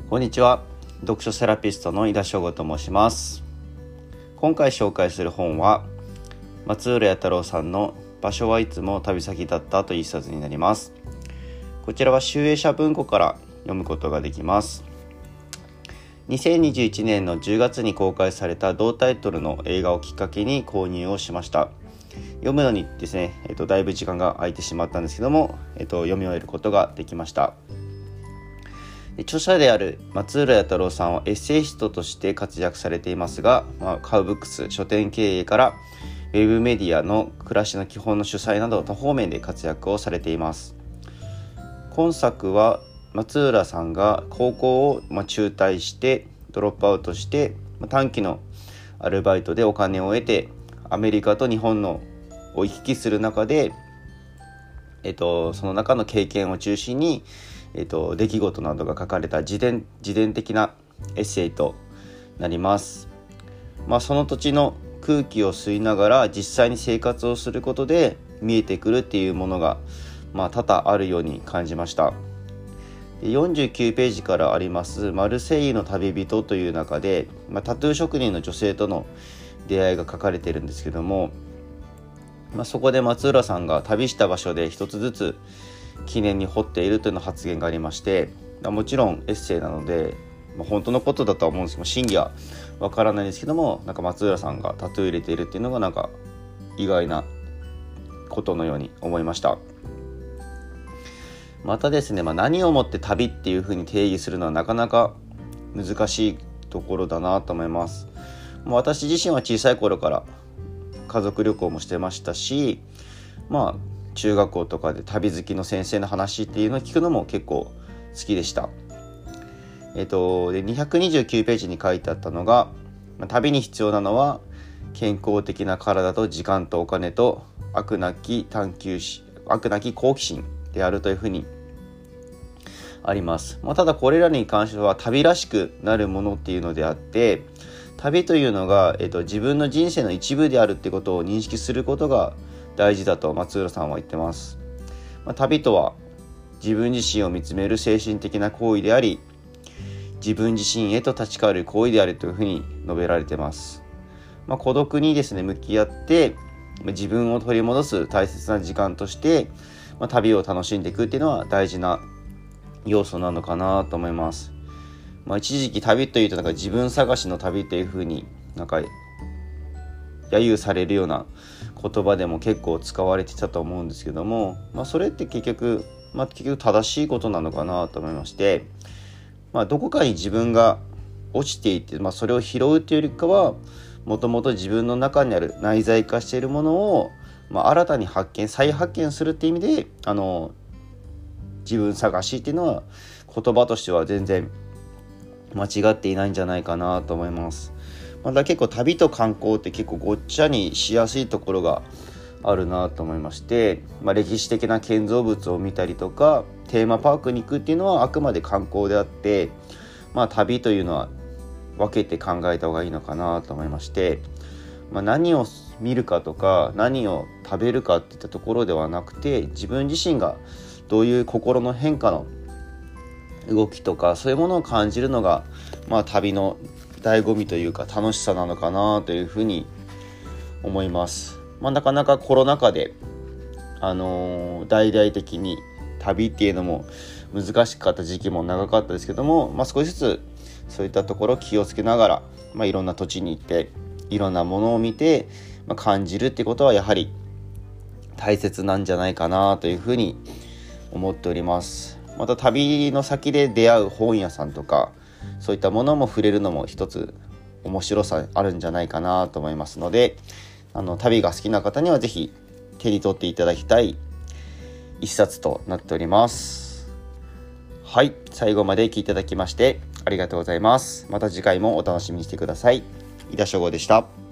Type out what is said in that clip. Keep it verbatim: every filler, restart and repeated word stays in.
こんにちは。読書セラピストの井田翔吾と申します。今回紹介する本は松浦弥太郎さんの場所はいつも旅先だったという一冊になります。こちらは集英社文庫から読むことができます。にせんにじゅういちねんのじゅうがつに公開された同タイトルの映画をきっかけに購入をしました。読むのにですね、えっと、だいぶ時間が空いてしまったんですけども、えっと、読み終えることができました。著者である松浦弥太郎さんはエッセイストとして活躍されていますが、まあ、カウブックス書店経営からウェブメディアの暮らしの基本の主催など多方面で活躍をされています。今作は松浦さんが高校をまあ中退してドロップアウトしてまあ短期のアルバイトでお金を得てアメリカと日本のを行き来する中で、えっと、その中の経験を中心にえっと、出来事などが書かれた自伝、自伝的なエッセイとなります。まあ、その土地の空気を吸いながら実際に生活をすることで見えてくるっていうものが、まあ、多々あるように感じました。でよんじゅうきゅうページからありますマルセイユの旅人という中で、まあ、タトゥー職人の女性との出会いが書かれているんですけども、まあ、そこで松浦さんが旅した場所で一つずつ記念に彫っているというの発言がありまして、もちろんエッセイなので、まあ、本当のことだとは思うんですけど真偽はわからないですけども、なんか松浦さんがタトゥー入れているっていうのがなんか意外なことのように思いました。またですね、まあ、何をもって旅っていうふうに定義するのはなかなか難しいところだなと思います。もう私自身は小さい頃から家族旅行もしてましたし、まあ中学校とかで旅好きの先生の話っていうのを聞くのも結構好きでした。えっと、でにひゃくにじゅうきゅうページに書いてあったのが、旅に必要なのは健康的な体と時間とお金と飽くなき探求心、飽くなき好奇心であるというふうにあります。まあ、ただこれらに関しては旅らしくなるものっていうのであって、旅というのが、えっと、自分の人生の一部であるってことを認識することが大事だと松浦さんは言ってます。まあ、旅とは自分自身を見つめる精神的な行為であり、自分自身へと立ち返る行為であるというふうに述べられています。まあ、孤独にですね向き合って自分を取り戻す大切な時間として、まあ、旅を楽しんでいくっていうのは大事な要素なのかなと思います。まあ、一時期旅というとなんか自分探しの旅というふうになんか揶揄されるような言葉でも結構使われてたと思うんですけども、まあ、それって結局、まあ、結局正しいことなのかなと思いまして、まあ、どこかに自分が落ちていて、まあ、それを拾うというよりかはもともと自分の中にある内在化しているものを、まあ、新たに発見再発見するっていう意味であの自分探しっていうのは言葉としては全然間違っていないんじゃないかなと思います。まだ結構旅と観光って結構ごっちゃにしやすいところがあるなと思いまして、まあ、歴史的な建造物を見たりとかテーマパークに行くっていうのはあくまで観光であって、まあ、旅というのは分けて考えた方がいいのかなと思いまして、まあ、何を見るかとか何を食べるかっていったところではなくて、自分自身がどういう心の変化の動きとかそういうものを感じるのが、まあ、旅の醍醐味というか楽しさなのかなというふうに思います。まあ、なかなかコロナ禍で、あのー、大々的に旅っていうのも難しかった時期も長かったですけども、まあ、少しずつそういったところを気をつけながら、まあ、いろんな土地に行っていろんなものを見て、まあ、感じるっていうことはやはり大切なんじゃないかなというふうに思っております。また旅の先で出会う本屋さんとかそういったものも触れるのも一つ面白さあるんじゃないかなと思いますので、あの旅が好きな方にはぜひ手に取っていただきたい一冊となっております。はい、最後まで聞いていただきましてありがとうございます。また次回もお楽しみにしてください。井田翔吾でした。